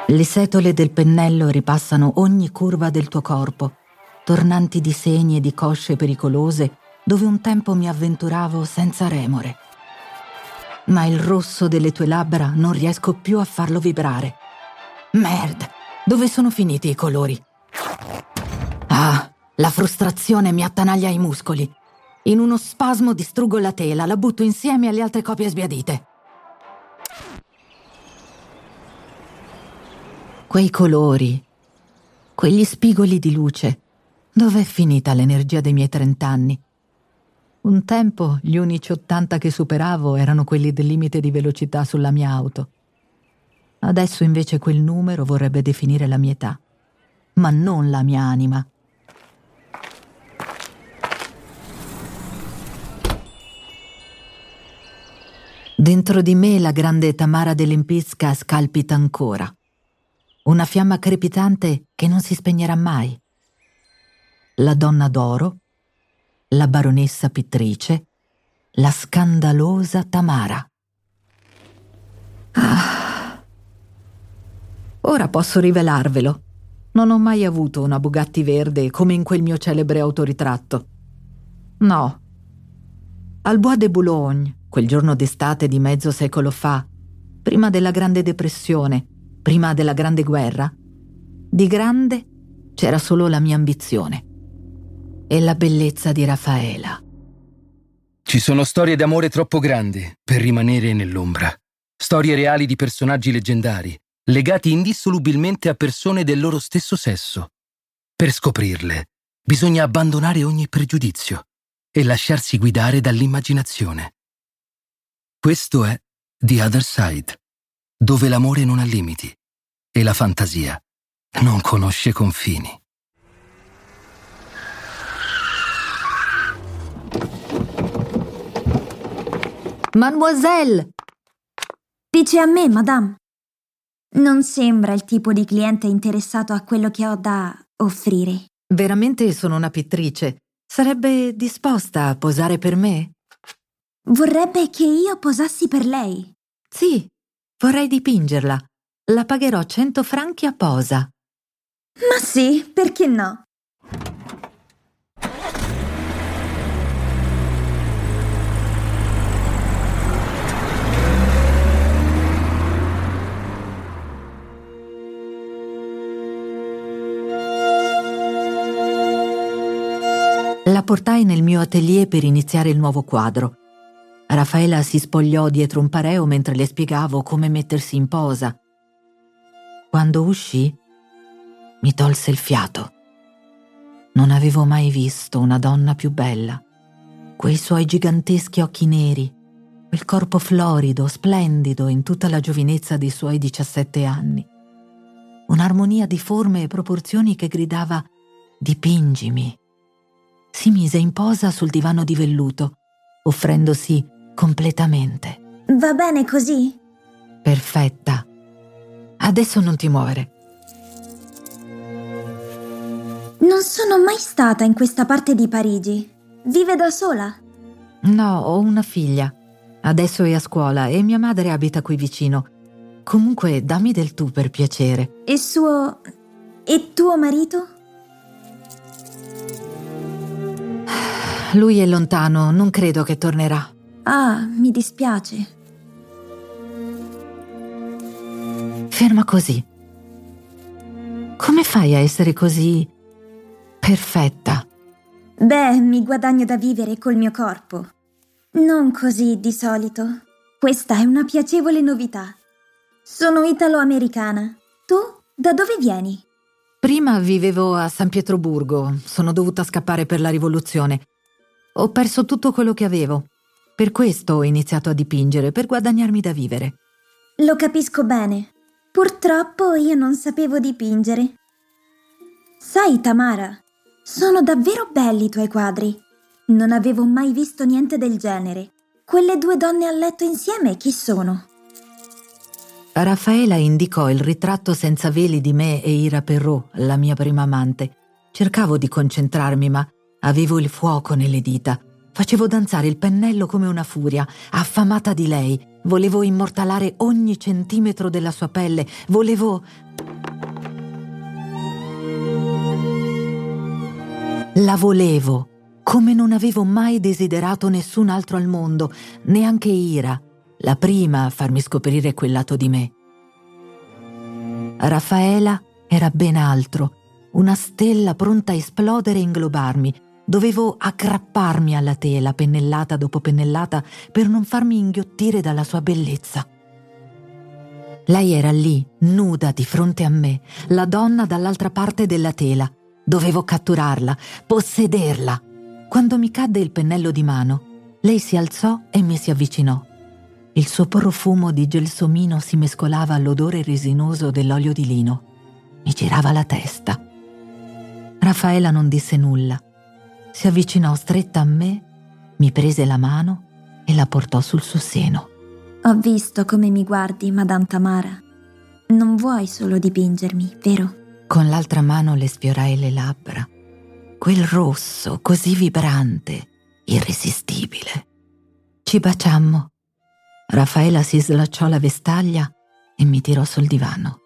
Le setole del pennello ripassano ogni curva del tuo corpo, tornanti di segni e di cosce pericolose dove un tempo mi avventuravo senza remore. Ma il rosso delle tue labbra non riesco più a farlo vibrare. Merde, dove sono finiti i colori? Ah, la frustrazione mi attanaglia i muscoli. In uno spasmo distruggo la tela, la butto insieme alle altre copie sbiadite. Quei colori, quegli spigoli di luce, dov'è finita l'energia dei miei 30 anni? Un tempo gli unici 80 che superavo erano quelli del limite di velocità sulla mia auto. Adesso invece quel numero vorrebbe definire la mia età, ma non la mia anima. Dentro di me la grande Tamara Dell'Empicka scalpita ancora. Una fiamma crepitante che non si spegnerà mai. La donna d'oro, la baronessa pittrice, la scandalosa Tamara. Ah. Ora posso rivelarvelo. Non ho mai avuto una Bugatti verde come in quel mio celebre autoritratto. No. Al Bois de Boulogne, quel giorno d'estate di mezzo secolo fa, prima della Grande Depressione, prima della Grande Guerra, di grande c'era solo la mia ambizione e la bellezza di Raffaela. Ci sono storie d'amore troppo grandi per rimanere nell'ombra. Storie reali di personaggi leggendari, legati indissolubilmente a persone del loro stesso sesso. Per scoprirle, bisogna abbandonare ogni pregiudizio e lasciarsi guidare dall'immaginazione. Questo è The Other Side, dove l'amore non ha limiti e la fantasia non conosce confini. Mademoiselle! Dice a me, madame. Non sembra il tipo di cliente interessato a quello che ho da offrire. Veramente sono una pittrice. Sarebbe disposta a posare per me? Vorrebbe che io posassi per lei? Sì, vorrei dipingerla. La pagherò 100 franchi a posa. Ma sì, perché no? La portai nel mio atelier per iniziare il nuovo quadro. Raffaela si spogliò dietro un pareo mentre le spiegavo come mettersi in posa. Quando uscì, mi tolse il fiato. Non avevo mai visto una donna più bella. Quei suoi giganteschi occhi neri, quel corpo florido, splendido in tutta la giovinezza dei suoi 17 anni. Un'armonia di forme e proporzioni che gridava «Dipingimi». Si mise in posa sul divano di velluto, offrendosi completamente. Va bene così? Perfetta. Adesso non ti muovere. Non sono mai stata in questa parte di Parigi. Vive da sola? No, ho una figlia. Adesso è a scuola e mia madre abita qui vicino. Comunque dammi del tu per piacere. E tuo marito? Lui è lontano, non credo che tornerà. Ah, mi dispiace. Ferma così. Come fai a essere così perfetta? Beh, mi guadagno da vivere col mio corpo. Non così di solito. Questa è una piacevole novità. Sono italo-americana. Tu da dove vieni? Prima vivevo a San Pietroburgo. Sono dovuta scappare per la rivoluzione. Ho perso tutto quello che avevo. Per questo ho iniziato a dipingere, per guadagnarmi da vivere. Lo capisco bene. Purtroppo io non sapevo dipingere. Sai, Tamara, sono davvero belli i tuoi quadri. Non avevo mai visto niente del genere. Quelle due donne a letto insieme, chi sono? Raffaela indicò il ritratto senza veli di me e Ira Perrault, la mia prima amante. Cercavo di concentrarmi, ma avevo il fuoco nelle dita. Facevo danzare il pennello come una furia, affamata di lei, Volevo immortalare ogni centimetro della sua pelle. La volevo, come non avevo mai desiderato nessun altro al mondo, neanche Ira, la prima a farmi scoprire quel lato di me. Raffaela era ben altro, una stella pronta a esplodere e inglobarmi. Dovevo aggrapparmi alla tela, pennellata dopo pennellata, per non farmi inghiottire dalla sua bellezza. Lei era lì, nuda di fronte a me, la donna dall'altra parte della tela. Dovevo catturarla, possederla. Quando mi cadde il pennello di mano, lei si alzò e mi si avvicinò. Il suo profumo di gelsomino si mescolava all'odore resinoso dell'olio di lino. Mi girava la testa. Raffaela non disse nulla. Si avvicinò stretta a me, mi prese la mano e la portò sul suo seno. Ho visto come mi guardi, Madame Tamara. Non vuoi solo dipingermi, vero? Con l'altra mano le sfiorai le labbra. Quel rosso così vibrante, irresistibile. Ci baciammo. Raffaela si slacciò la vestaglia e mi tirò sul divano.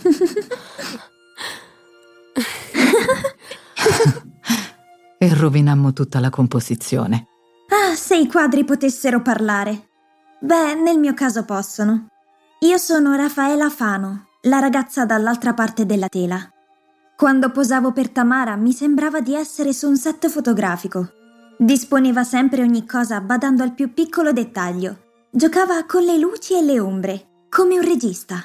E rovinammo tutta la composizione. Ah, se i quadri potessero parlare. Beh, nel mio caso possono. Io sono Raffaela Fano, la ragazza dall'altra parte della tela. Quando posavo per Tamara mi sembrava di essere su un set fotografico. Disponeva sempre ogni cosa badando al più piccolo dettaglio. Giocava con le luci e le ombre, come un regista.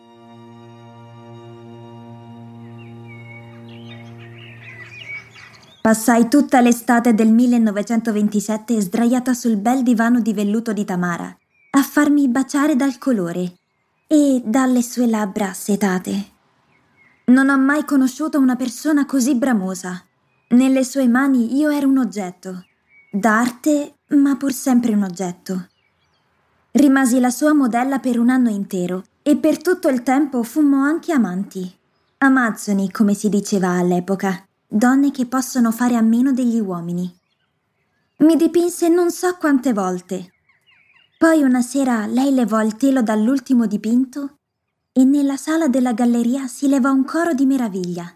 Passai tutta l'estate del 1927 sdraiata sul bel divano di velluto di Tamara, a farmi baciare dal colore e dalle sue labbra setate. Non ho mai conosciuto una persona così bramosa. Nelle sue mani io ero un oggetto, d'arte, ma pur sempre un oggetto. Rimasi la sua modella per un anno intero e per tutto il tempo fummo anche amanti. Amazzoni, come si diceva all'epoca, donne che possono fare a meno degli uomini. Mi dipinse non so quante volte. Poi una sera lei levò il telo dall'ultimo dipinto e nella sala della galleria si levò un coro di meraviglia.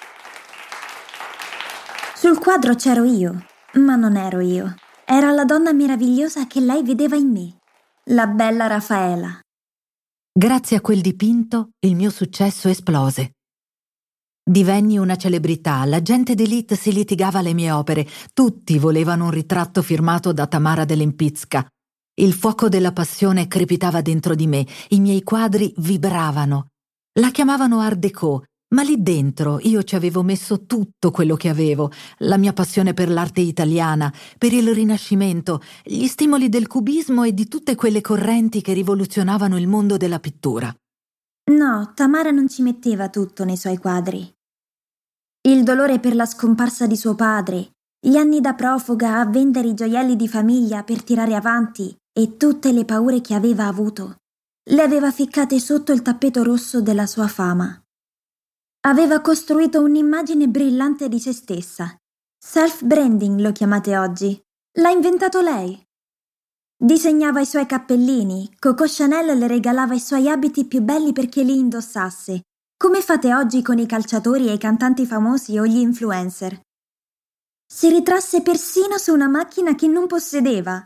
Sul quadro c'ero io, ma non ero io. Era la donna meravigliosa che lei vedeva in me, la bella Raffaela. Grazie a quel dipinto il mio successo esplose. Divenni una celebrità, la gente d'élite si litigava alle mie opere, tutti volevano un ritratto firmato da Tamara de Lempicka. Il fuoco della passione crepitava dentro di me, i miei quadri vibravano. La chiamavano Art Déco, ma lì dentro io ci avevo messo tutto quello che avevo, la mia passione per l'arte italiana, per il Rinascimento, gli stimoli del cubismo e di tutte quelle correnti che rivoluzionavano il mondo della pittura. No, Tamara non ci metteva tutto nei suoi quadri. Il dolore per la scomparsa di suo padre, gli anni da profuga a vendere i gioielli di famiglia per tirare avanti e tutte le paure che aveva avuto, le aveva ficcate sotto il tappeto rosso della sua fama. Aveva costruito un'immagine brillante di se stessa. Self-branding lo chiamate oggi. L'ha inventato lei. Disegnava i suoi cappellini, Coco Chanel le regalava i suoi abiti più belli perché li indossasse, come fate oggi con i calciatori e i cantanti famosi o gli influencer. Si ritrasse persino su una macchina che non possedeva.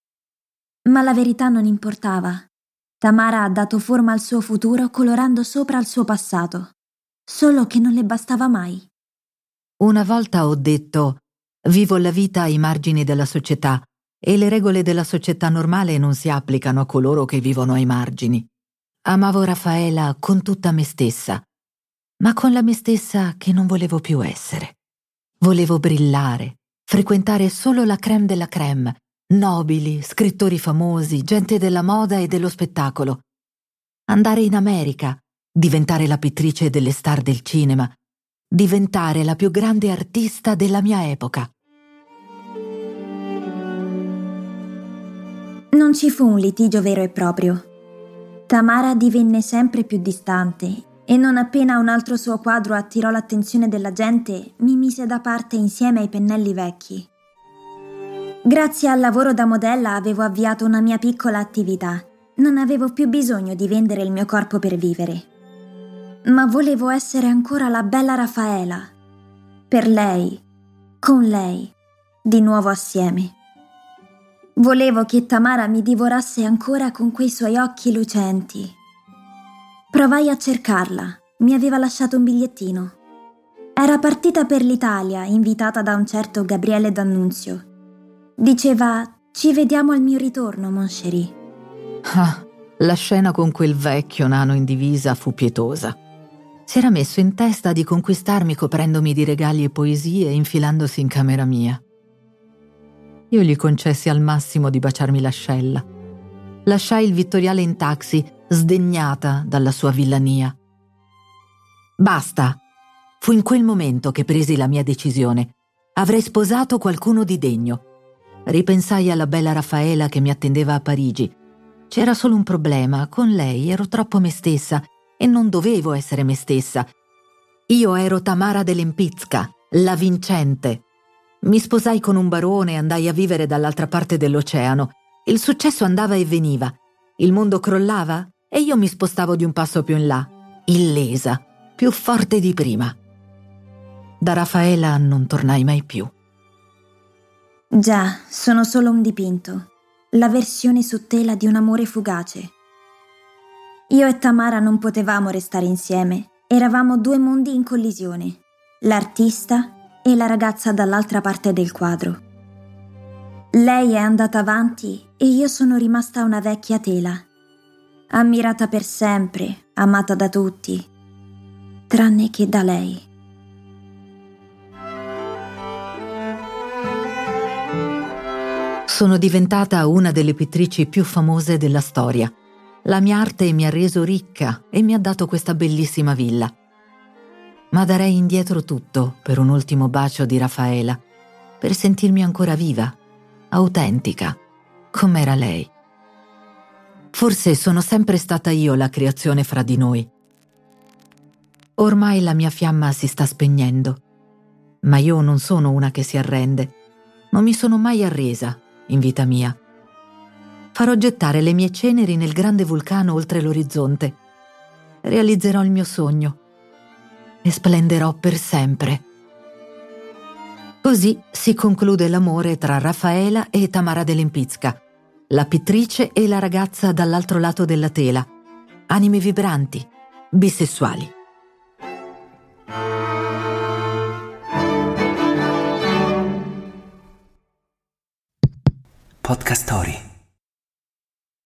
Ma la verità non importava. Tamara ha dato forma al suo futuro colorando sopra il suo passato. Solo che non le bastava mai. Una volta ho detto: vivo la vita ai margini della società e le regole della società normale non si applicano a coloro che vivono ai margini. Amavo Raffaela con tutta me stessa, ma con la me stessa che non volevo più essere. Volevo brillare, frequentare solo la crème della crème, nobili, scrittori famosi, gente della moda e dello spettacolo. Andare in America, diventare la pittrice delle star del cinema, diventare la più grande artista della mia epoca. Non ci fu un litigio vero e proprio. Tamara divenne sempre più distante e non appena un altro suo quadro attirò l'attenzione della gente, mi mise da parte insieme ai pennelli vecchi. Grazie al lavoro da modella avevo avviato una mia piccola attività. non avevo più bisogno di vendere il mio corpo per vivere. Ma volevo essere ancora la bella Raffaela. Per lei, con lei, di nuovo assieme. Volevo che Tamara mi divorasse ancora con quei suoi occhi lucenti. Provai a cercarla, mi aveva lasciato un bigliettino. Era partita per l'Italia, invitata da un certo Gabriele D'Annunzio. Diceva: «Ci vediamo al mio ritorno, mon chéri». Ah, la scena con quel vecchio nano in divisa fu pietosa. Si era messo in testa di conquistarmi coprendomi di regali e poesie e infilandosi in camera mia. Io gli concessi al massimo di baciarmi l'ascella. Lasciai il Vittoriale in taxi, sdegnata dalla sua villania. Basta! Fu in quel momento che presi la mia decisione. Avrei sposato qualcuno di degno. Ripensai alla bella Raffaela che mi attendeva a Parigi. C'era solo un problema: con lei ero troppo me stessa e non dovevo essere me stessa. Io ero Tamara de Lempicka, la vincente. Mi sposai con un barone e andai a vivere dall'altra parte dell'oceano. Il successo andava e veniva. Il mondo crollava e io mi spostavo di un passo più in là, illesa, più forte di prima. Da Raffaela non tornai mai più. Già, sono solo un dipinto, la versione su tela di un amore fugace. Io e Tamara non potevamo restare insieme, eravamo due mondi in collisione, l'artista e la ragazza dall'altra parte del quadro. Lei è andata avanti e io sono rimasta una vecchia tela, ammirata per sempre, amata da tutti, tranne che da lei. Sono diventata una delle pittrici più famose della storia. La mia arte mi ha reso ricca e mi ha dato questa bellissima villa. Ma darei indietro tutto per un ultimo bacio di Raffaela, per sentirmi ancora viva, autentica, com'era lei. Forse sono sempre stata io la creazione fra di noi. Ormai la mia fiamma si sta spegnendo, ma io non sono una che si arrende. Non mi sono mai arresa in vita mia. Farò gettare le mie ceneri nel grande vulcano oltre l'orizzonte. Realizzerò il mio sogno e splenderò per sempre. Così si conclude l'amore tra Raffaela e Tamara de Lempicka, la pittrice e la ragazza dall'altro lato della tela, anime vibranti, bisessuali. Podcast Story.